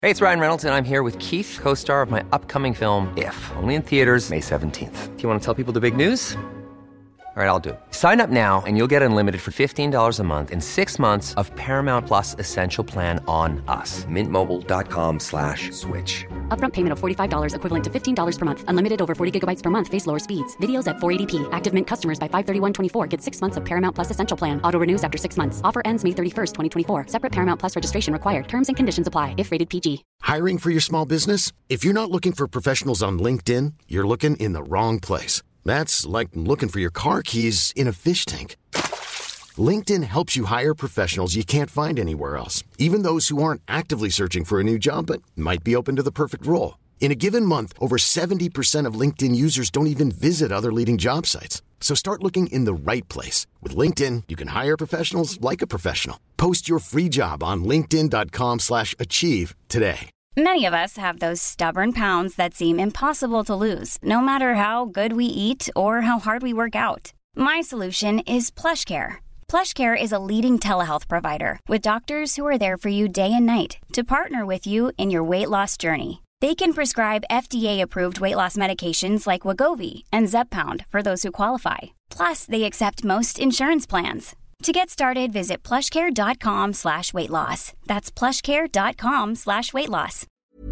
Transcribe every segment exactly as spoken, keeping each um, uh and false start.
Hey, it's Ryan Reynolds, and I'm here with Keith, co-star of my upcoming film, If, only in theaters May seventeenth. Do you want to tell people the big news? All right, I'll do it. Sign up now and you'll get unlimited for fifteen dollars a month and six months of Paramount Plus Essential Plan on us. Mint Mobile dot com slash switch. Upfront payment of forty-five dollars equivalent to fifteen dollars per month. Unlimited over forty gigabytes per month. Face lower speeds. Videos at four eighty p. Active Mint customers by five thirty-one twenty-four get six months of Paramount Plus Essential Plan. Auto renews after six months. Offer ends May thirty-first, twenty twenty-four. Separate Paramount Plus registration required. Terms and conditions apply if rated P G. Hiring for your small business? If you're not looking for professionals on LinkedIn, you're looking in the wrong place. That's like looking for your car keys in a fish tank. LinkedIn helps you hire professionals you can't find anywhere else, even those who aren't actively searching for a new job but might be open to the perfect role. In a given month, over seventy percent of LinkedIn users don't even visit other leading job sites. So start looking in the right place. With LinkedIn, you can hire professionals like a professional. Post your free job on linkedin dot com slash achieve today. Many of us have those stubborn pounds that seem impossible to lose, no matter how good we eat or how hard we work out. My solution is PlushCare. PlushCare is a leading telehealth provider with doctors who are there for you day and night to partner with you in your weight loss journey. They can prescribe F D A-approved weight loss medications like Wegovy and Zepbound for those who qualify. Plus, they accept most insurance plans. To get started, visit plushcare.com slash weight loss. That's plushcare.com slash weight loss.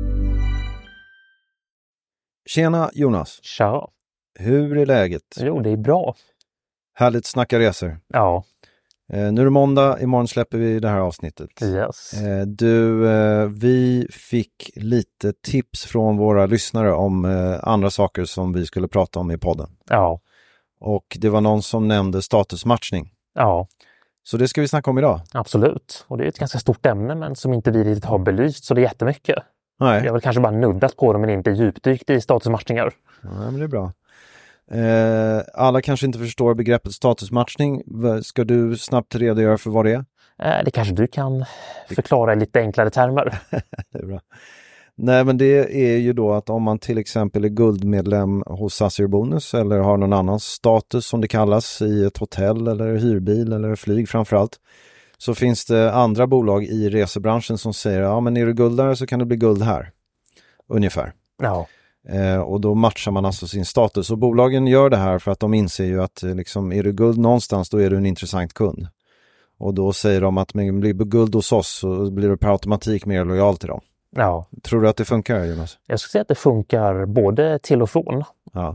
Tjena Jonas. Tja. Hur är läget? Jo, det är bra. Härligt snacka resor. Ja. Eh, nu är det måndag, imorgon släpper vi det här avsnittet. Yes. Eh, du, eh, vi fick lite tips från våra lyssnare om eh, andra saker som vi skulle prata om i podden. Ja. Och det var någon som nämnde statusmatchning. Ja. Så det ska vi snacka om idag. Absolut. Och det är ett ganska stort ämne men som inte vi riktigt har belyst så det är jättemycket. Nej. Jag har väl kanske bara nuddat på det men inte djupdykt i statusmatchningar. Ja, men det är bra. Eh, alla kanske inte förstår begreppet statusmatchning. Ska du snabbt redogöra för vad det är? Eh, det kanske du kan förklara i lite enklare termer. Det är bra. Nej, men det är ju då att om man till exempel är guldmedlem hos Azir Bonus eller har någon annan status som det kallas i ett hotell eller hyrbil eller flyg framförallt, så finns det andra bolag i resebranschen som säger ja men är du guldare så kan det bli guld här. Ungefär. Ja. Eh, och då matchar man alltså sin status. Och bolagen gör det här för att de inser ju att liksom, är du guld någonstans då är du en intressant kund. Och då säger de att men blir du guld hos oss så blir du per automatik mer lojal till dem. Ja. Tror du att det funkar, Jonas? Jag skulle säga att det funkar både till och från. Ja.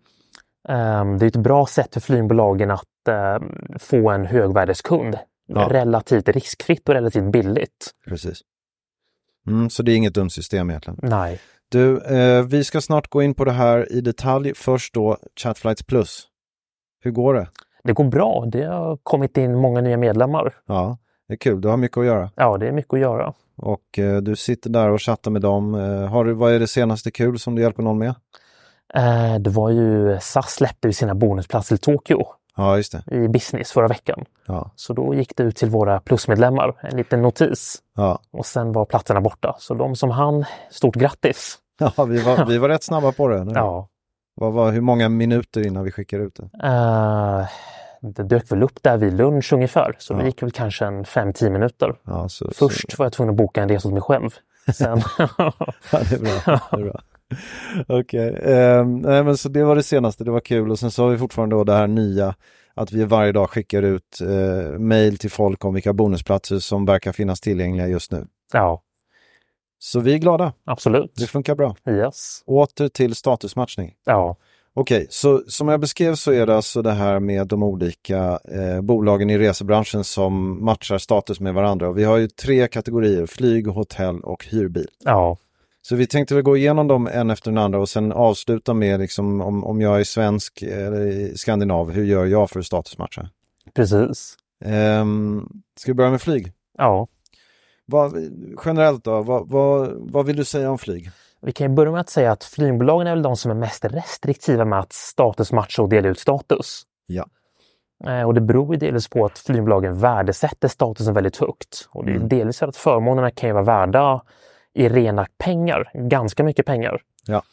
um, det är ett bra sätt för flygbolagen att um, få en högvärdeskund. Ja. Relativt riskfritt och relativt billigt. Precis. Mm, så det är inget dumt system egentligen. Nej. Du, eh, vi ska snart gå in på det här i detalj. Först då Chatflights Plus. Hur går det? Det går bra. Det har kommit in många nya medlemmar. Ja, det är kul. Du har mycket att göra. Ja, det är mycket att göra. Och eh, du sitter där och chattar med dem. Eh, har du, vad är det senaste kul som du hjälper någon med? Eh, det var ju S A S släppte ju sina bonusplatser i Tokyo. Ja, just det. I business förra veckan. Ja. Så då gick det ut till våra plusmedlemmar en liten notis. Ja. Och sen var platserna borta. Så de som hann, stort grattis. Ja, vi var, vi var rätt snabba på det. Nu. Ja. Vad var, hur många minuter innan vi skickade ut det? Uh, det dök väl upp där vid lunch ungefär. Så ja. det gick väl kanske en fem till tio minuter. Ja, så, Först så... var jag tvungen att boka en resa åt mig själv. Sen... ja, det är bra. Det är bra. Okej. Okay. Um, nej, men så det var det senaste. Det var kul. Och sen så har vi fortfarande då det här nya. Att vi varje dag skickar ut uh, mejl till folk om vilka bonusplatser som verkar finnas tillgängliga just nu. Ja. Så vi är glada. Absolut. Det funkar bra. Yes. Åter till statusmatchning. Ja. Okej, okay, så som jag beskrev så är det alltså det här med de olika eh, bolagen i resebranschen som matchar status med varandra. Och vi har ju tre kategorier, flyg, hotell och hyrbil. Ja. Så vi tänkte väl gå igenom dem en efter den andra och sen avsluta med liksom, om, om jag är svensk eller skandinav, hur gör jag för att statusmatcha? Precis. Um, ska vi börja med flyg? Ja. Vad, generellt då, vad, vad, vad vill du säga om flyg? Vi kan ju börja med att säga att flygbolagen är väl de som är mest restriktiva med att statusmatcha och dela ut status. Ja. Eh, och det beror ju delvis på att flygbolagen värdesätter statusen väldigt högt. Och det är mm. delvis för att förmånerna kan ju vara värda i rena pengar, ganska mycket pengar. Ja.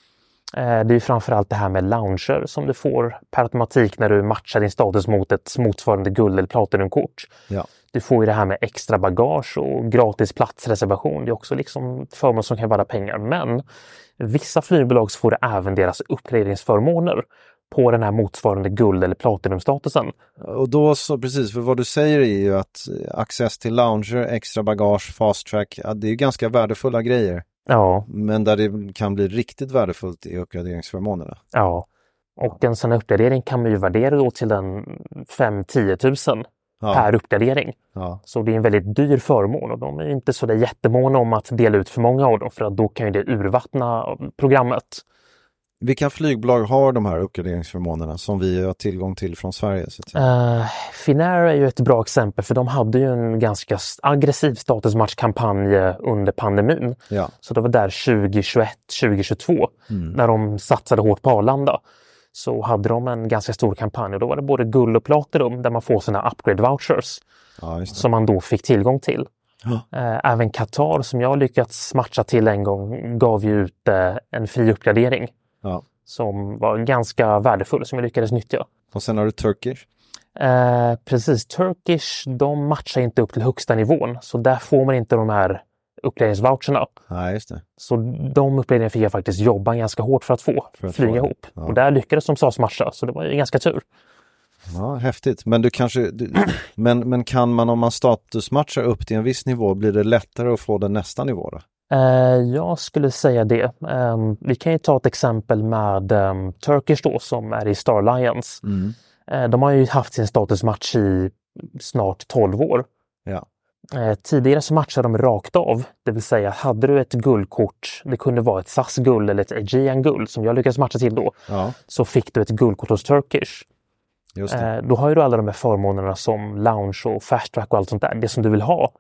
Det är ju framförallt det här med lounger som du får per automatik när du matchar din status mot ett motsvarande guld- eller platinumkort. Ja. Du får ju det här med extra bagage och gratis platsreservation. Det är också liksom förmån som kan vara pengar. Men vissa flygbolag får det även deras uppgraderingsförmåner på den här motsvarande guld- eller platinumstatusen. Och då så, precis, för vad du säger är ju att access till lounger, extra bagage, fast track, ja, det är ju ganska värdefulla grejer. Ja. Men där det kan bli riktigt värdefullt i uppgraderingsförmånerna. Ja. Och en sån uppgradering kan man ju värdera då till den fem till tio tusen ja. per uppgradering. Ja. Så det är en väldigt dyr förmån och de är inte så där jättemåna om att dela ut för många av dem för att då kan ju det urvattna programmet. Vilka flygbolag har de här uppgraderingsförmånerna som vi har tillgång till från Sverige? Så att säga? Uh, Finnair är ju ett bra exempel för de hade ju en ganska aggressiv statusmatchkampanj under pandemin. Ja. Så det var där tjugo tjugoett tjugo tjugotvå mm. när de satsade hårt på Arlanda. Så hade de en ganska stor kampanj och då var det både guld och platinum där man får sina upgrade vouchers ja, just det. som man då fick tillgång till. Ja. Även Qatar som jag lyckats matcha till en gång gav ju ut en fri uppgradering. Ja. Som var ganska värdefull som jag lyckades nyttja. Och sen har du Turkish? Eh, precis, Turkish de matchar inte upp till högsta nivån så där får man inte de här uppgraderingsvoucherna. Nej, just det. Så de uppgraderingarna fick jag faktiskt jobba ganska hårt för att få, för att flyga få ihop. Ja. Och där lyckades de S A S matcha så det var ju ganska tur. Ja, häftigt. Men du kanske du, men, men kan man om man statusmatchar upp till en viss nivå blir det lättare att få den nästa nivå då? Jag skulle säga det. Vi kan ju ta ett exempel med Turkish då som är i Star Alliance. Mm. De har ju haft sin statusmatch i snart tolv år. Ja. Tidigare så matchade de rakt av. Det vill säga, hade du ett guldkort, det kunde vara ett S A S-guld eller ett Aegean-guld som jag lyckades matcha till då. Ja. Så fick du ett guldkort hos Turkish. Just det. Då har ju du alla de här förmånerna som lounge och fast track och allt sånt där. Det som du vill ha.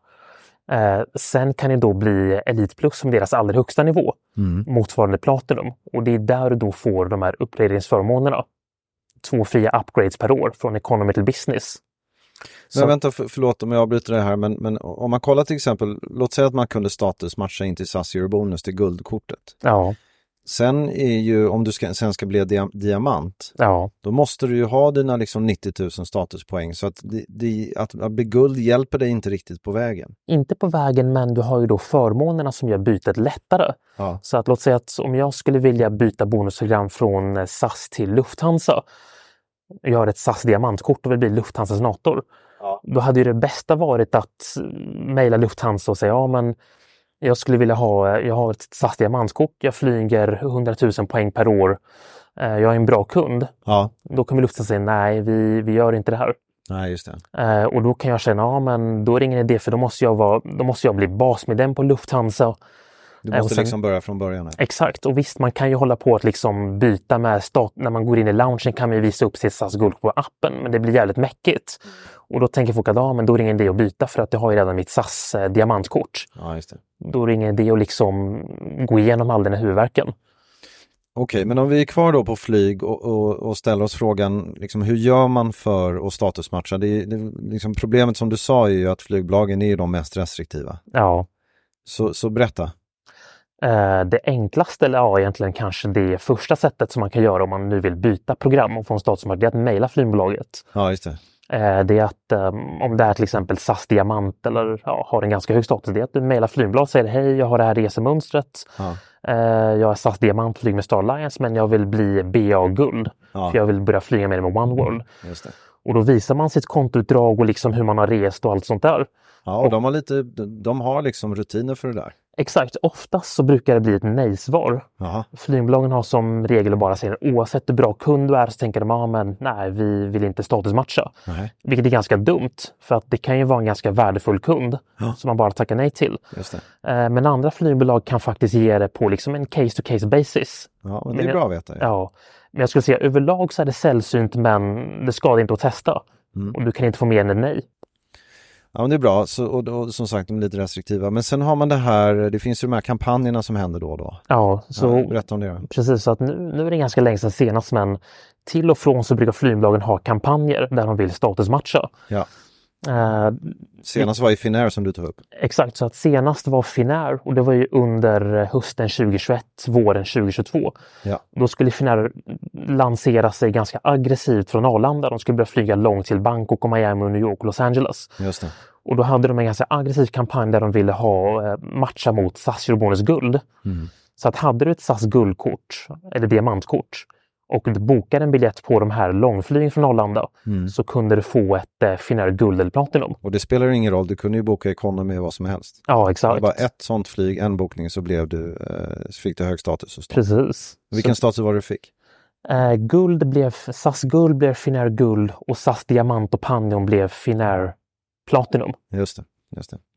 Eh, sen kan det då bli Elite Plus som deras allra högsta nivå mm. motsvarande Platinum och det är där du då får de här uppgraderingsförmånerna. Två fria upgrades per år från Economy till Business. Men så... vänta, för, förlåt om jag avbryter det här men, men om man kollar till exempel, låt säga att man kunde statusmatcha in till S A S Eurobonus till guldkortet. Ja. Sen är ju, om du ska, sen ska bli dia- diamant, ja. då måste du ju ha dina liksom nittio tusen statuspoäng. Så att, det, det, att, att bli guld hjälper dig inte riktigt på vägen. Inte på vägen, men du har ju då förmånerna som gör bytet lättare. Ja. Så att låt säga att om jag skulle vilja byta bonusprogram från S A S till Lufthansa, jag har ett S A S diamantkort och vill bli Lufthansas nator. Ja. Då hade ju det bästa varit att mejla Lufthansa och säga, ja men jag skulle vilja ha, jag har ett S A S diamantkort, jag flyger hundratusen poäng per år, jag är en bra kund. Ja. Då kommer Lufthansa säga, nej vi, vi gör inte det här. Nej, just det. Och då kan jag känna, ja men då är det ingen idé för då måste jag, vara, då måste jag bli basmedlem på Lufthansa. Du måste sen, liksom börja från början. Här. Exakt, och visst man kan ju hålla på att liksom byta med stat. När man går in i loungen kan man ju visa upp sitt S A S-guld på appen, men det blir jävligt mäckigt. Mm. Och då tänker folk att ja, men då är det ingen idé att byta för att jag har ju redan mitt S A S-diamantkort. Ja, just det. Då är det ingen idé att liksom gå igenom all den här huvudvärken. Okej, men om vi är kvar då på flyg och, och, och ställer oss frågan liksom, hur gör man för att statusmatcha? Det, det, liksom, problemet som du sa är ju att flygbolagen är ju de mest restriktiva. Ja. Så, så berätta. Det enklaste, eller ja, egentligen kanske det första sättet som man kan göra om man nu vill byta program och få en statusmatch, det är att mejla flygbolaget. Ja, just det. Det är att om det är till exempel S A S Diamant eller ja, har en ganska hög status, det är att du mejlar flygbolaget och säger hej, jag har det här resemönstret. Ja. Jag är S A S Diamant, flyg med Star Alliance, men jag vill bli B A-guld. Ja. För jag vill börja flyga med med OneWorld. Just det. Och då visar man sitt kontoutdrag och liksom hur man har rest och allt sånt där. Ja, och, och de har lite, de har liksom rutiner för det där. Exakt, oftast så brukar det bli ett nej-svar. Aha. Flygbolagen har som regel att bara säga oavsett hur bra kund du är så tänker de, ja men nej, vi vill inte statusmatcha. Nej. Vilket är ganska dumt, för att det kan ju vara en ganska värdefull kund ja. Som man bara tackar nej till. Just det. Men andra flygbolag kan faktiskt ge det på liksom en case-to-case basis. Ja, men det är men, bra att veta. Ja. ja, men jag skulle säga överlag så är det sällsynt, men det skadar inte att testa. Mm. Och du kan inte få mer än ett nej. Ja, men det är bra. Så, och, och som sagt, de är lite restriktiva. Men sen har man det här, det finns ju de här kampanjerna som händer då och då. Ja, så ja, berätta om det då. Precis, så att nu, nu är det ganska länge sedan senast, men till och från så brukar flygbolagen ha kampanjer där de vill statusmatcha. Ja. Uh, senast var ju Finnair som du tog upp. Exakt, så att senast var Finnair och det var ju under hösten tjugohundratjugoett, våren tjugohundratjugotvå. Ja. Då skulle Finnair lansera sig ganska aggressivt från Arlanda. De skulle börja flyga långt till Bangkok och Miami och New York och Los Angeles. Just det. Och då hade de en ganska aggressiv kampanj där de ville ha matcha mot S A S Eurobonus guld. Mm. Så att hade du ett S A S guldkort eller diamantkort och du bokade en biljett på de här långflygen från Arlanda mm. så kunde du få ett eh, Finnair guld eller platinum. Och det spelar ingen roll, du kunde ju boka economy med vad som helst. Ja, exakt. Det var ett sånt flyg, en bokning så blev du, eh, fick du hög status. Och precis. Vilken så, status var det du fick? Eh, guld blev, S A S guld blev Finnair guld och S A S diamant och panion blev Finnair platinum. Just det, just det.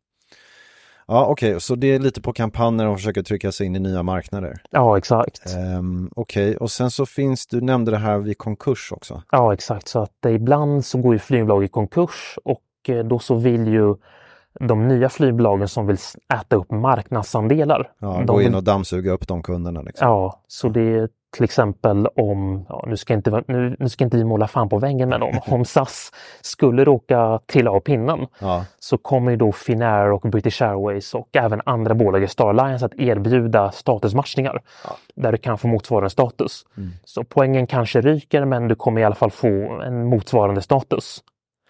Ja, okej. Okay. Så det är lite på kampanjer och försöker trycka sig in i nya marknader. Ja, exakt. Um, okej, okay. Och sen så finns, du nämnde det här vid konkurs också. Ja, exakt. Så att ibland så går ju flygbolag i konkurs och då så vill ju de nya flygbolagen som vill äta upp marknadsandelar. Ja, de gå in vill... och dammsuga upp de kunderna. Liksom. Ja, så det är till exempel om, ja, nu, ska inte, nu, nu ska inte vi måla fan på väggen med dem, om S A S skulle råka trilla av pinnen ja. så kommer ju då Finnair och British Airways och även andra bolag i Star Alliance att erbjuda statusmatchningar ja. där du kan få motsvarande status. Mm. Så poängen kanske ryker men du kommer i alla fall få en motsvarande status.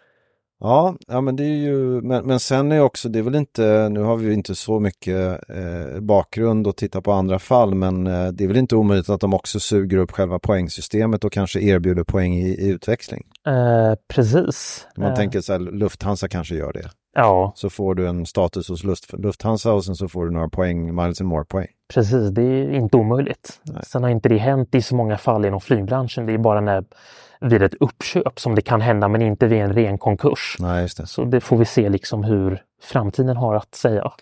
Ja, ja men det är ju, men, men sen är också, det är väl inte, nu har vi ju inte så mycket eh, bakgrund och titta på andra fall, men eh, det är väl inte omöjligt att de också suger upp själva poängsystemet och kanske erbjuder poäng i, i utväxling. Eh, precis. Man eh. tänker så här, Lufthansa kanske gör det. Ja. Så får du en status hos Luft, Lufthansa och sen så får du några poäng, miles and more poäng. Precis, det är inte omöjligt. Nej. Sen har inte det hänt i så många fall inom flygbranschen, det är bara när vid ett uppköp som det kan hända men inte vid en ren konkurs. Nej, just det. Så det får vi se liksom hur framtiden har att säga.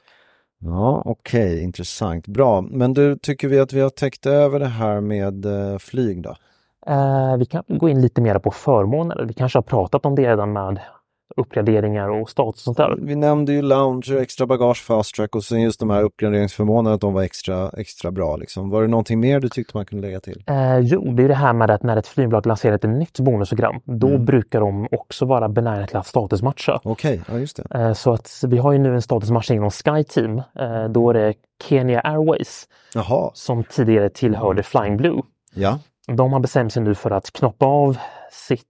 Ja, okej, okay, intressant. Bra, men du, tycker vi att vi har täckt över det här med eh, flyg då? Eh, vi kan gå in lite mer på förmåner. Vi kanske har pratat om det redan med uppgraderingar och status och sånt där. Vi nämnde ju lounge, extra bagage, fast track och sen just de här uppgraderingsförmånerna att de var extra, extra bra. Liksom. Var det någonting mer du tyckte man kunde lägga till? Eh, jo, det är det här med att när ett flygbolag lanserar ett nytt bonusprogram, då mm. brukar de också vara benägna till att statusmatcha. Okej, okay. Ja just det. Eh, så att vi har ju nu en statusmatchning inom SkyTeam. Eh, då är det Kenya Airways Jaha. som tidigare tillhörde Flying Blue. Ja. De har bestämt sig nu för att knoppa av sitt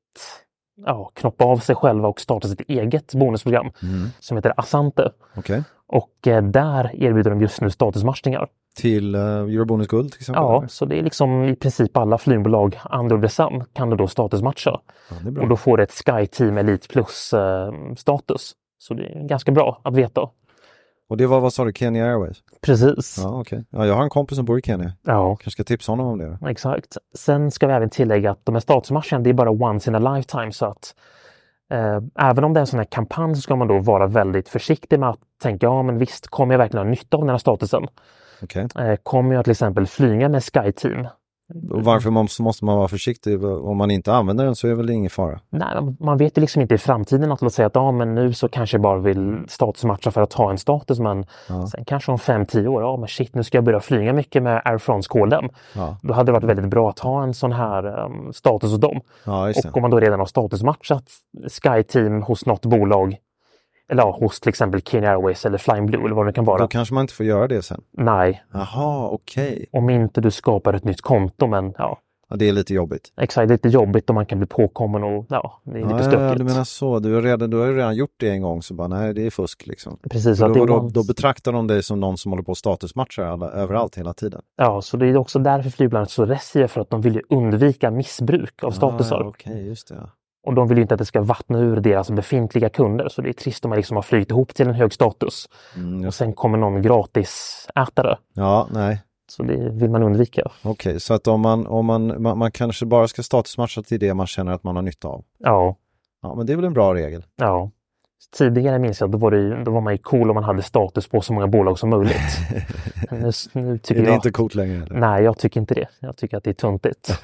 Ja, knoppa av sig själva och starta sitt eget bonusprogram mm. som heter Asante. Okay. Och eh, där erbjuder de just nu statusmatchningar. Till uh, Eurobonus guld till exempel? Ja, eller? Så det är liksom i princip alla flygbolag under detsamma kan du då statusmatcha. Ja, det är bra. Och då får du ett SkyTeam Elite Plus eh, status. Så det är ganska bra att veta. Och det var, vad sa du, Kenya Airways? Precis. Ja, okej. Okay. Ja, jag har en kompis som bor i Kenya. Ja. Kanske ska tipsa honom om det. Då. Exakt. Sen ska vi även tillägga att de här statusmatcherna, det är bara once in a lifetime. Så att eh, även om det är en sån här kampanj så ska man då vara väldigt försiktig med att tänka, ja men visst, kommer jag verkligen ha nytta av den här statusen? Okay. Eh, kommer jag till exempel flyga med SkyTeam? Och varför måste man vara försiktig? Om man inte använder den så är det väl ingen fara? Nej, man vet ju liksom inte i framtiden att låt säga att ja, men nu så kanske jag bara vill statusmatcha för att ha en status, men ja. Sen kanske om fem tio år, ja men shit, nu ska jag börja flyga mycket med Air France K L M. Ja. Då hade det varit väldigt bra att ha en sån här um, status hos dem. Ja, och om man då redan har statusmatchat SkyTeam hos något bolag, eller ja, hos till exempel Kenya Airways eller Flying Blue eller vad det kan vara. Då kanske man inte får göra det sen? Nej. Jaha, okej. Okay. Om inte du skapar ett nytt konto, men ja. Ja, det är lite jobbigt. Exakt, det är lite jobbigt om man kan bli påkommen och ja, det är lite ja, stökigt. Ja, du menar så. Du har, redan, du har ju redan gjort det en gång så bara, nej, det är fusk liksom. Precis. Då, att det då, man... då betraktar de dig som någon som håller på att statusmatcha alla, överallt hela tiden. Ja, så det är också därför flygbolagen är så restriktiva, för att de vill ju undvika missbruk av statusar. Ja, okej, okay, just det. Ja. Och de vill ju inte att det ska vattna ur deras befintliga kunder. Så det är trist om man liksom har flygit ihop till en hög status. Mm, och sen kommer någon gratis ätare. Ja, nej. Så det vill man undvika. Okej, okay, så att om man, om man, man, man kanske bara ska statusmatcha till det man känner att man har nytta av. Ja. Ja, men det är väl en bra regel. Ja. Tidigare minns jag att då var, det, då var man ju cool om man hade status på så många bolag som möjligt. nu, nu tycker är det jag, inte coolt längre? Eller? Nej, jag tycker inte det. Jag tycker att det är tuntigt.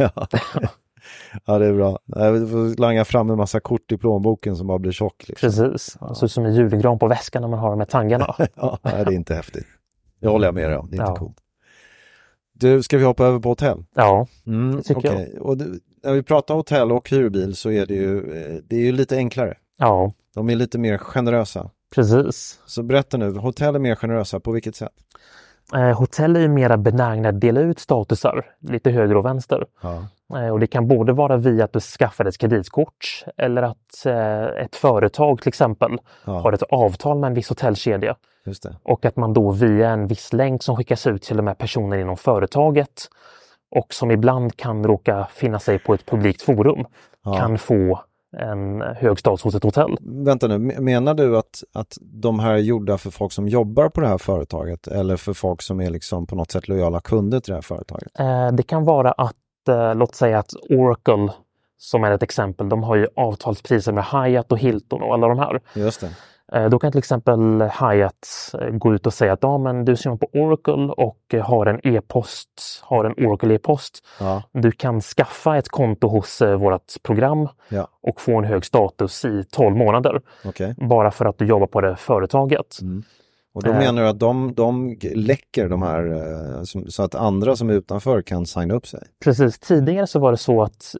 Ja, det är bra. Du får langa fram en massa kort i plånboken som bara blir tjock. Liksom. Precis. Ja. Så som en julgran på väskan när man har de här tangarna. Ja, det är inte häftigt. Det håller jag med dig om. Det är inte ja. Coolt. Du, ska vi hoppa över på hotell? Ja, mm, det tycker okay. jag. Och det, när vi pratar hotell och hyrbil så är det ju, det är ju lite enklare. Ja. De är lite mer generösa. Precis. Så berätta nu, hotell är mer generösa, på vilket sätt? Eh, hotell är ju mera benägna att dela ut statusar, lite höger och vänster. Ja. Eh, och det kan både vara via att du skaffar ett kreditkort eller att eh, ett företag till exempel ja. har ett avtal med en viss hotellkedja. Just det. Och att man då via en viss länk som skickas ut till de här personerna inom företaget och som ibland kan råka finna sig på ett publikt forum ja. kan få en hög status hos ett hotell. Vänta nu, menar du att, att de här är gjorda för folk som jobbar på det här företaget eller för folk som är liksom på något sätt lojala kunder till det här företaget? Eh, det kan vara att, eh, låt säga att Oracle, som är ett exempel, de har ju avtalspriser med Hyatt och Hilton och alla de här. Just det. Eh, då kan till exempel Hyatt gå ut och säga att ja, men du ser på Oracle och har en e-post, har en Oracle e-post. Ja. Du kan skaffa ett konto hos eh, vårt program ja. och få en hög status i tolv månader. Okay. Bara för att du jobbar på det företaget. Mm. Och då menar du att de, de läcker de här eh, som, så att andra som är utanför kan signa upp sig? Precis. Tidigare så var det så att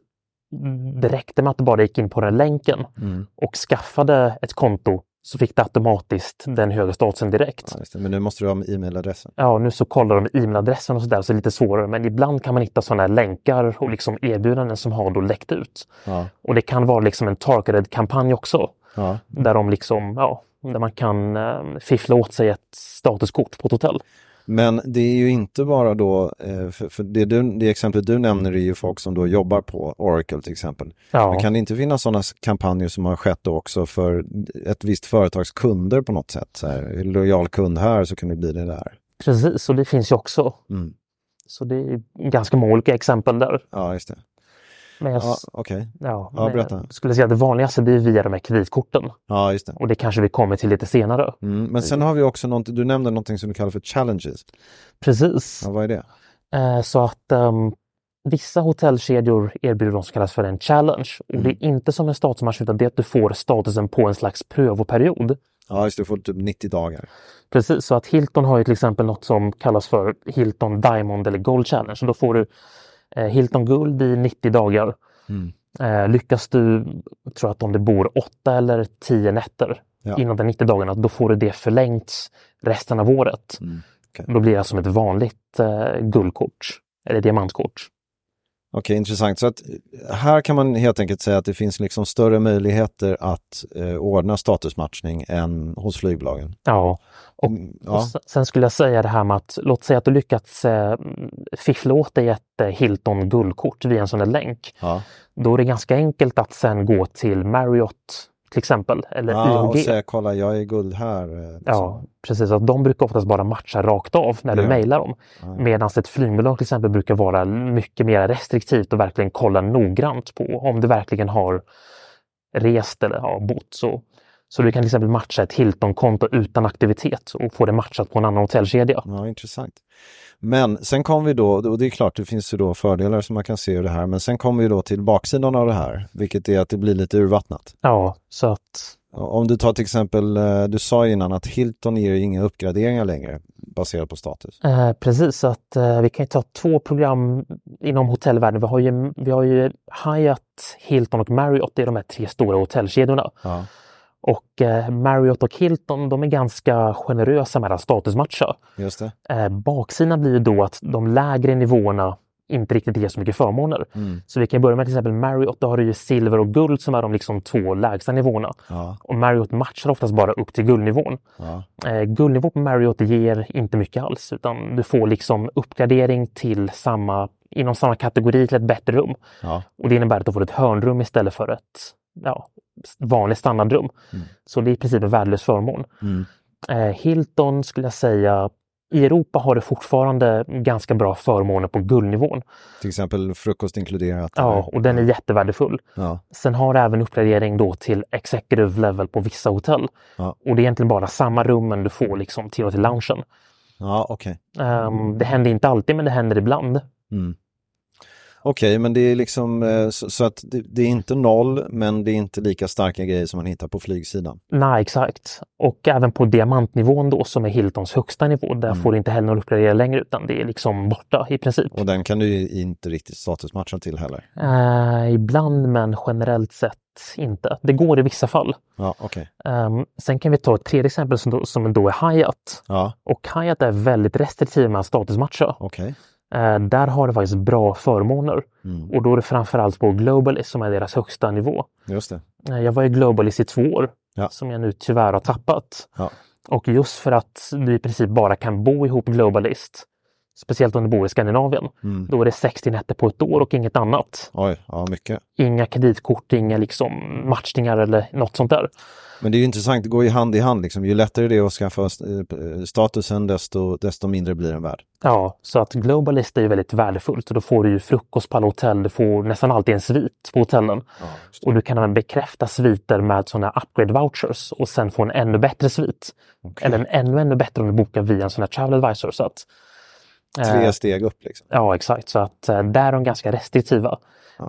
det räckte med att du bara gick in på den länken mm. och skaffade ett konto så fick du automatiskt den höga statusen direkt. Ja, just det. Men nu måste du ha e-mailadressen. Ja, nu så kollar de e-mailadressen och sådär så det är lite svårare. Men ibland kan man hitta sådana här länkar och liksom erbjudanden som har då läckt ut. Ja. Och det kan vara liksom en targeted kampanj också. Ja. Där de liksom, ja, där man kan eh, fiffla åt sig ett statuskort på ett hotell. Men det är ju inte bara då, för, för det, du, det exemplet du nämner är ju folk som då jobbar på Oracle till exempel. Ja. Men kan det inte finnas sådana kampanjer som har skett då också för ett visst företags kunder på något sätt? Så här, lojal kund här så kan det bli det där. Precis, och det finns ju också. Mm. Så det är ganska många olika exempel där. Ja, just det. Men jag, ja, okej. Okay. Ja, ja, berätta. Jag skulle säga att det vanligaste blir via de här kreditkorten. Ja, just det. Och det kanske vi kommer till lite senare. Mm, men sen har vi också något, du nämnde någonting som du kallar för challenges. Precis. Ja, vad är det? Eh, så att um, vissa hotellkedjor erbjuder något som kallas för en challenge. Mm. Och det är inte som en statusmatch utan det är att du får statusen på en slags prövoperiod. Ja, just det, du får typ nittio dagar. Precis, så att Hilton har ju till exempel något som kallas för Hilton Diamond eller Gold Challenge. Och då får du eh, Hilton Guld i nittio dagar. Mm. Eh, lyckas du, tror att om det bor åtta eller tio nätter ja. inom de nittio dagarna, då får du det förlängt resten av året. Mm. Okay. Då blir det som ett vanligt eh, guldkort eller diamantkort. Okej, okay, intressant. Så att här kan man helt enkelt säga att det finns liksom större möjligheter att eh, ordna statusmatchning än hos flygbolagen. Ja, och, ja. och sen skulle jag säga det här med att låt säga att du lyckats eh, fiffla åt dig ett eh, Hilton guldkort via en sån där länk. Ja. Då är det ganska enkelt att sen gå till Marriott till exempel, eller ja, I H G. Och säga, kolla jag är guld här. Eh, ja, precis. Att de brukar oftast bara matcha rakt av när du ja. mejlar dem. Ja. Medan ett flygbolag till exempel brukar vara mycket mer restriktivt och verkligen kolla noggrant på om du verkligen har rest eller ja, bott. Så, så du kan till exempel matcha ett Hilton-konto utan aktivitet och få det matchat på en annan hotellkedja. Ja, intressant. Men sen kommer vi då, och det är klart det finns ju då fördelar som man kan se i det här, men sen kommer vi då till baksidan av det här, vilket är att det blir lite urvattnat. Ja, så att... Om du tar till exempel, du sa innan att Hilton ger inga uppgraderingar längre baserat på status. Eh, precis, så att eh, vi kan ju ta två program inom hotellvärlden. Vi har ju, vi har ju Hyatt, Hilton och Marriott, det är de här tre stora hotellkedjorna. Ja. Och eh, Marriott och Hilton, de är ganska generösa med att statusmatcha. Just det. Eh, baksidan blir ju då att de lägre nivåerna inte riktigt ger så mycket förmåner. Mm. Så vi kan börja med till exempel Marriott, då har du ju silver och guld som är de liksom två lägsta nivåerna. Ja. Och Marriott matchar oftast bara upp till guldnivån. Ja. Eh, guldnivå på Marriott ger inte mycket alls, utan du får liksom uppgradering till samma, inom samma kategori till ett bättre rum. Ja. Och det innebär att du får ett hörnrum istället för ett ja, vanligt standardrum. Mm. Så det är i princip en värdelös förmån. Mm. Eh, Hilton skulle jag säga, i Europa har det fortfarande ganska bra förmåner på guldnivån. Till exempel frukost inkluderat. Ja, eller? och den är jättevärdefull. Ja. Sen har det även uppgradering då till executive level på vissa hotell. Ja. Och det är egentligen bara samma rum, men du får liksom tillgång till loungen. Ja, okej. Okay. Um, det händer inte alltid, men det händer ibland. Mm. Okej, okay, men det är liksom så, så att det, det är inte noll, men det är inte lika starka grejer som man hittar på flygsidan. Nej, exakt. Och även på diamantnivån då, som är Hiltons högsta nivå, där mm. får du inte heller någon uppgradera längre, utan det är liksom borta i princip. Och den kan du ju inte riktigt statusmatcha till heller? Uh, ibland, men generellt sett inte. Det går i vissa fall. Ja, okay. um, sen kan vi ta ett tredje exempel som då, som då är Hyatt. Ja. Och Hyatt är väldigt restriktiv med statusmatcha. Okay. Uh, där har det faktiskt bra förmåner. Mm. Och då är det framförallt på Globalist som är deras högsta nivå. Just det. Uh, jag var i Globalist i två år. Ja. Som jag nu tyvärr har tappat. Ja. Och just för att du i princip bara kan bo ihop Globalist, speciellt om du bor i Skandinavien, mm. då är det sextio nätter på ett år och inget annat. Oj, ja mycket. Inga kreditkort, inga liksom matchningar eller något sånt där. Men det är ju intressant, det går ju hand i hand liksom. Ju lättare det är att skaffa statusen, desto, desto mindre blir den värd. Ja, så att Globalist är ju väldigt värdefullt och då får du ju frukost på alla hotell, du får nästan alltid en svit på hotellen. Ja, och du kan även bekräfta sviter med sådana upgrade vouchers och sen få en ännu bättre svit. Okay. Eller en ännu, ännu bättre om du bokar via en sån här travel advisor. Så att, Tre eh, steg upp liksom. Ja, exakt. Så att eh, där är de ganska restriktiva. Ja,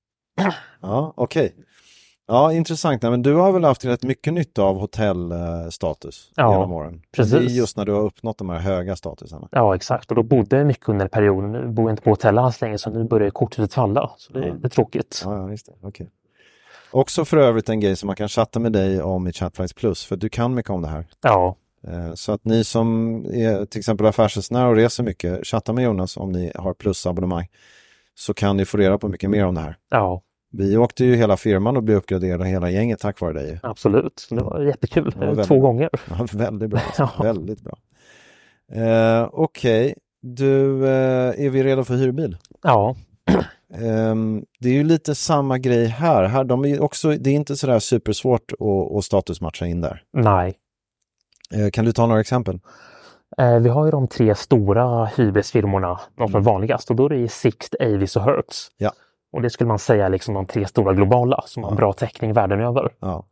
ja okej. Okay. Ja, intressant. Nej, men du har väl haft rätt mycket nytta av hotellstatus ja, genom åren. Precis. Det är just när du har uppnått de här höga statusarna. Ja, exakt. Och då bodde jag mycket under perioden. Nu bor jag inte på hotell alls längre, så nu börjar korthuset falla. Så det är, ja. det är tråkigt. Ja, ja just det. Okej. Okay. Också för övrigt en grej som man kan chatta med dig om i Chatflights Plus, för du kan mycket om det här. Ja. Så att ni som är till exempel affärsresenärer och reser mycket, chatta med Jonas om ni har plusabonnemang, så kan ni få reda på mycket mer om det här. Ja. Vi åkte ju hela firman och blev uppgraderade hela gänget tack vare dig. Absolut, det var jättekul. Det var väldigt, Två gånger. Ja, väldigt bra. Alltså. Ja. Väldigt bra. Eh, Okej, okay. du, eh, är vi redo för hyrbil? Ja. eh, det är ju lite samma grej här. här de är också, det är inte sådär supersvårt att, att statusmatcha in där. Nej. Eh, kan du ta några exempel? Eh, vi har ju de tre stora hyrbilsfirmorna, de som är vanligast. Och då är det Sixt, Avis och Hertz. Ja. Och det skulle man säga liksom de tre stora globala som ja. har bra täckning världen över. Ja.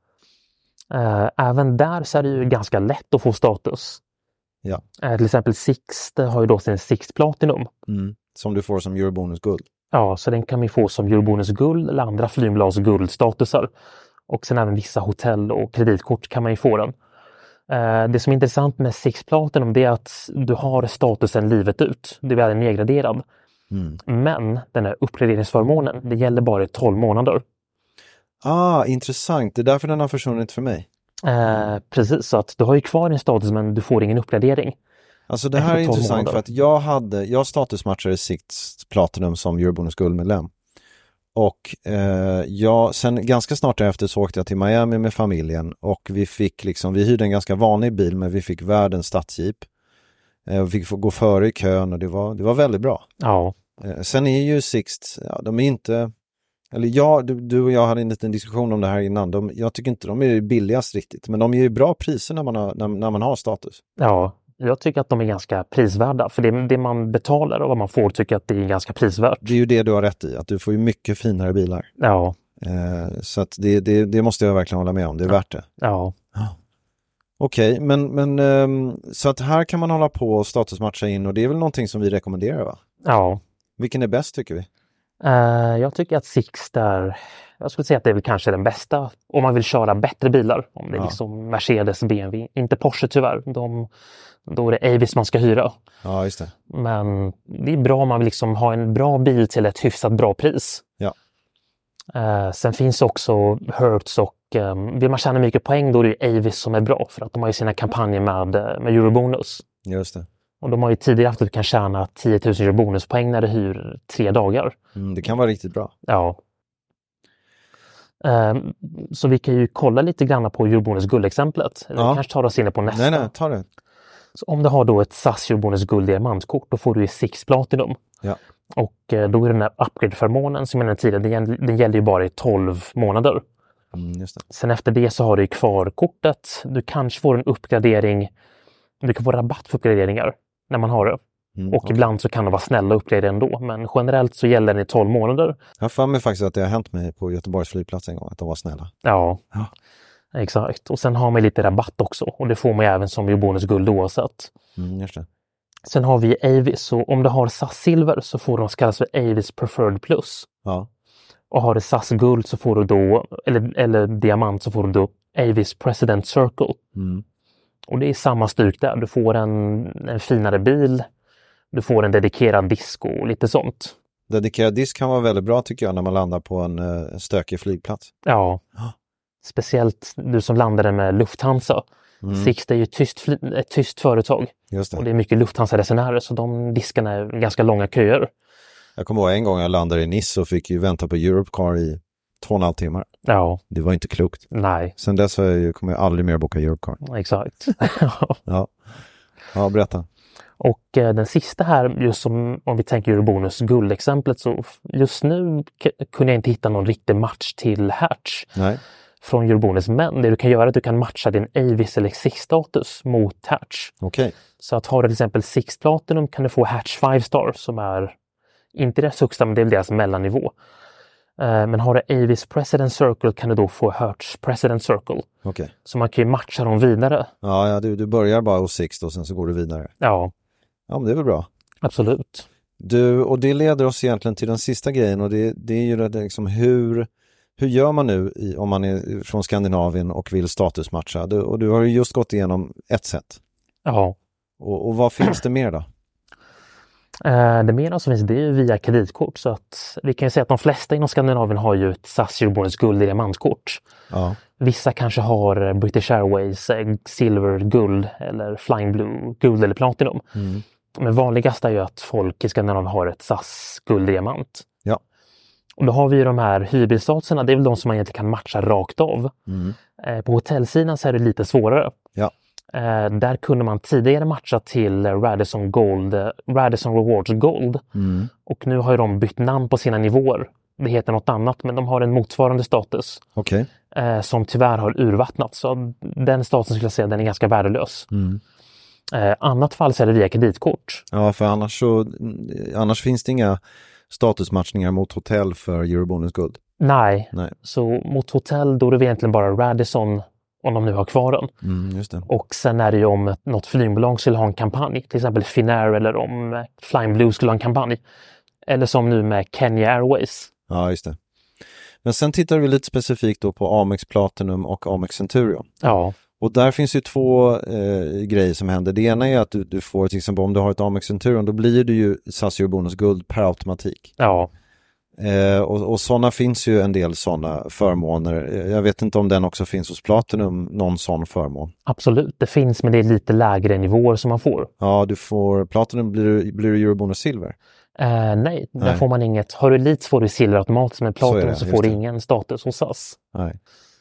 Uh, även där så är det ju ganska lätt att få status. Ja. Uh, till exempel Sixt har ju då sin Sixt Platinum. Mm. Som du får som Eurobonus guld. Ja, så den kan man få som Eurobonus guld eller andra flygbolags guldstatusar. Och sen även vissa hotell och kreditkort kan man ju få den. Uh, det som är intressant med Sixt Platinum, det är att du har statusen livet ut. Du är nedgraderad. Mm. Men den här uppgraderingsförmånen, det gäller bara i tolv månader. Ah, intressant. Det är därför den har försvunnit för mig. Eh, precis, så att du har ju kvar din status men du får ingen uppgradering. Alltså det här är intressant månader. För att jag hade, jag statusmatchade Sixt Platinum som Eurobonus guldmedlem. Och eh, jag, sen ganska snart därefter så åkte jag till Miami med familjen och vi fick liksom, vi hyrde en ganska vanlig bil men vi fick världens stadsjeep. Eh, vi fick få gå före i kön och det var, det var väldigt bra. Ja. Eh, sen är ju Sixt, ja, de är inte, eller jag, du, du och jag hade en liten diskussion om det här innan. De, jag tycker inte de är billigast riktigt, men de ger ju bra priser när man har, när, när man har status. Ja, jag tycker att de är ganska prisvärda. För det, det man betalar och vad man får tycker att det är ganska prisvärt. Det är ju det du har rätt i, att du får ju mycket finare bilar. Ja. Eh, så att det, det, det måste jag verkligen hålla med om, det är ja. värt det. Ja. Okej, okay, men, men um, så att här kan man hålla på och statusmatcha in och det är väl någonting som vi rekommenderar, va? Ja. Vilken är bäst tycker vi? Uh, jag tycker att Sixt är, jag skulle säga att det är väl kanske den bästa om man vill köra bättre bilar. Om det är ja. liksom Mercedes, B M W, inte Porsche tyvärr. De, då är det Avis man ska hyra. Ja, just det. Men det är bra om man vill liksom ha en bra bil till ett hyfsat bra pris. Ja. Uh, sen finns också Hertz och um, vill man tjäna mycket poäng då är det Avis som är bra för att de har ju sina kampanjer med, med Eurobonus. Just det. Och de har ju tidigare haft att du kan tjäna tio tusen Eurobonuspoäng när du hyr tre dagar. Mm, det kan vara riktigt bra. Ja. Um, så vi kan ju kolla lite grann på Eurobonus guldexemplet. Eller ja. kanske tar oss in på nästa. Nej, nej, ta det. Så om du har då ett S A S Eurobonus guld diamantkort, då får du ju Sixt Platinum. Ja. Och då är den här upgrade-förmånen som jag nämnde tidigare, den, den gäller ju bara i tolv månader. Mm, just det. Sen efter det så har du ju kvar kortet. Du kanske får en uppgradering, du kan få rabatt för uppgraderingar när man har det. Mm, och okay. ibland så kan de vara snälla uppgradera ändå. Men generellt så gäller den i tolv månader. Jag har för mig faktiskt att det har hänt mig på Göteborgs flygplats en gång, att de var snälla. Ja, ja. Exakt. Och sen har man lite rabatt också. Och det får man ju även som Eurobonus guld oavsett. Mm, just det. Sen har vi Avis, så om du har S A S Silver så får de kallas för Avis Preferred Plus. Ja. Och har du S A S Guld så får du då, eller, eller Diamant så får du då Avis President Circle. Mm. Och det är samma styck där. Du får en, en finare bil, du får en dedikerad disk och lite sånt. Dedikerad disk kan vara väldigt bra tycker jag när man landar på en uh, stökig flygplats. Ja, speciellt du som landade med Lufthansa. Mm. Sixt är ju ett tyst, ett tyst företag. Just det. Och det är mycket Lufthansa-resenärer så de diskarna är ganska långa köer. Jag kommer ihåg en gång jag landade i Nice och fick ju vänta på Europcar i två och en halv timmar. Ja. Det var inte klokt. Nej. Sen dess har jag ju, kommer jag aldrig mer boka Europcar. Exakt. ja. ja, berätta. Och eh, den sista här, just som om vi tänker Eurobonus guldexemplet, så just nu k- kunde jag inte hitta någon riktig match till Hertz. Nej. Från Eurobonus, men det du kan göra är att du kan matcha din Avis eller Six-status mot Hertz. Okej. Okay. Så att har du till exempel Six Platinum kan du få Hertz fem star som är inte deras högsta, men det är deras mellannivå. Uh, men har du Avis President Circle kan du då få Hertz President Circle. Okej. Okay. Så man kan ju matcha dem vidare. Ja, ja du, du börjar bara hos Six och sen så går du vidare. Ja. Ja, men det är väl bra. Absolut. Du, och det leder oss egentligen till den sista grejen och det, det är ju det, liksom hur... Hur gör man nu i, om man är från Skandinavien och vill statusmatcha? Du, och du har ju just gått igenom ett sätt. Ja. Och, och vad finns det mer då? Eh, det mer som finns det är ju via kreditkort. Så att vi kan ju säga att de flesta inom Skandinavien har ju ett S A S Eurobonus guld i diamantkort. Ja. Vissa kanske har British Airways silver guld eller Flying Blue guld eller platinum. Mm. Men vanligast är ju att folk i Skandinavien har ett S A S guld i diamant. Ja. Och då har vi ju de här hyrbilsstatuserna, det är väl de som man egentligen kan matcha rakt av. Mm. Eh, på hotellsidan så är det lite svårare. Ja. Eh, där kunde man tidigare matcha till Radisson Gold, Radisson Rewards Gold. Mm. Och nu har ju de bytt namn på sina nivåer. Det heter något annat, men de har en motsvarande status. Okej. Okay. Eh, som tyvärr har urvattnat. Så den statusen skulle jag säga den är ganska värdelös. Mm. Eh, annat fall så är det via kreditkort. Ja, för annars så annars finns det inga statusmatchningar mot hotell för Eurobonus guld. Nej. Nej. Så mot hotell då är det egentligen bara Radisson om de nu har kvar den. Mm, just det. Och sen är det ju om något flygbolag skulle ha en kampanj, till exempel Finnair eller om Flying Blue skulle ha en kampanj. Eller som nu med Kenya Airways. Ja, just det. Men sen tittar vi lite specifikt då på Amex Platinum och Amex Centurion. Ja. Och där finns ju två eh, grejer som händer. Det ena är att du, du får till exempel om du har ett Amex Centurion då blir det ju S A S Eurobonus guld per automatik. Ja. Eh, och, och sådana finns ju en del sådana förmåner. Jag vet inte om den också finns hos Platinum, någon sån förmån. Absolut, det finns men det är lite lägre nivåer som man får. Ja, du får Platinum blir du, blir du Eurobonus silver. Eh, nej, nej, där nej. får man inget. Har du Elite får du silver automatiskt, men Platinum så, så får du det. ingen status hos S A S. Nej.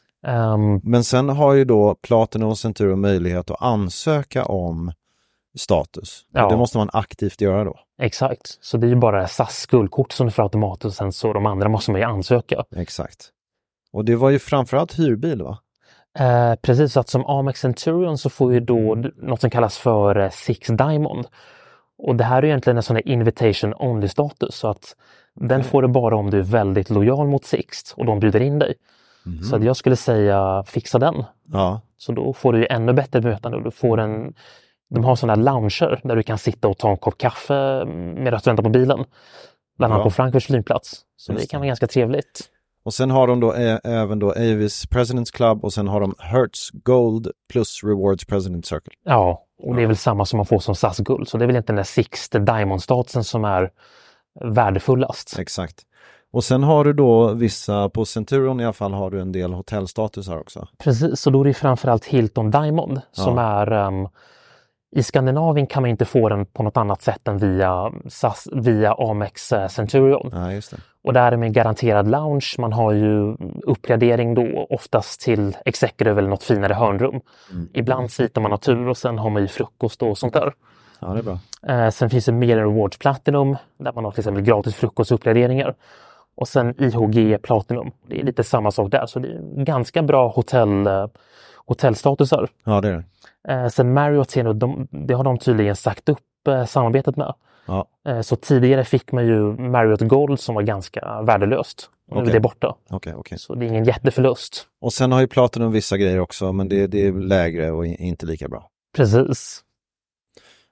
Um, men sen har ju då Platinum och Centurion möjlighet att ansöka om status. Ja. Det måste man aktivt göra då. Exakt, så det är ju bara S A S guldkort som du får automatiskt och sen så de andra måste man ju ansöka. Exakt. Och det var ju framförallt hyrbil va? Eh, precis, så att som Amex Centurion så får ju då något som kallas för eh, Six Diamond. Och det här är egentligen en sån här invitation only status så att den får du bara om du är väldigt lojal mot Sixt och de bjuder in dig. Mm. Så att jag skulle säga fixa den. Ja. Så då får du ju ännu bättre mötande och du får en, de har sådana lounger där du kan sitta och ta en kopp kaffe medan du väntar på bilen. Bland annat ja. på Frankfurts flygplats. Så Just det kan vara ganska trevligt. Och sen har de då ä- även då Avis President's Club och sen har de Hertz Gold plus Rewards President Circle. Ja, och det är väl samma som man får som S A S Guld. Så det är väl inte den där Sixth Diamond-statusen som är värdefullast. Exakt. Och sen har du då vissa, på Centurion i alla fall har du en del hotellstatusar också. Precis, så då är det framförallt Hilton Diamond som ja. är... Um, I Skandinavien kan man inte få den på något annat sätt än via, S A S, via Amex Centurion. Ja, just det. Och där är med garanterad lounge. Man har ju uppgradering då oftast till executive eller något finare hörnrum. Mm. Ibland sitter man natur och sen har man ju frukost och sånt där. Ja, det är bra. Eh, sen finns det mer Rewards Platinum där man har till exempel gratis frukostuppgraderingar. Och sen I H G Platinum. Det är lite samma sak där. Så det är ganska bra hotell, eh, hotellstatusar. Ja, det är det. Eh, sen Marriott, de, det har de tydligen sagt upp eh, samarbetet med. Ja. Eh, så tidigare fick man ju Marriott Gold som var ganska värdelöst. Nu okay. är det borta. Okay, okay. Så det är ingen jätteförlust. Och sen har ju Platinum vissa grejer också, men det, det är lägre och inte lika bra. Precis.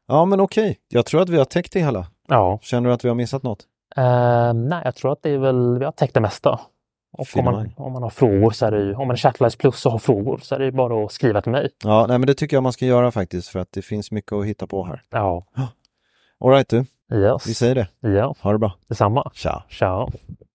Ja, men okej. Jag tror att vi har täckt det hela. Ja. Känner du att vi har missat något? Uh, nej, jag tror att det är väl, vi har täckt det mesta. Och om man, om man har frågor så är det ju, om man är Chatterlies Plus och har frågor så är det bara att skriva till mig. Ja, nej, men det tycker jag man ska göra faktiskt för att det finns mycket att hitta på här. Ja. All right, du. Yes. Vi säger det. Ja. Ha det bra. Detsamma. Ciao. Ciao.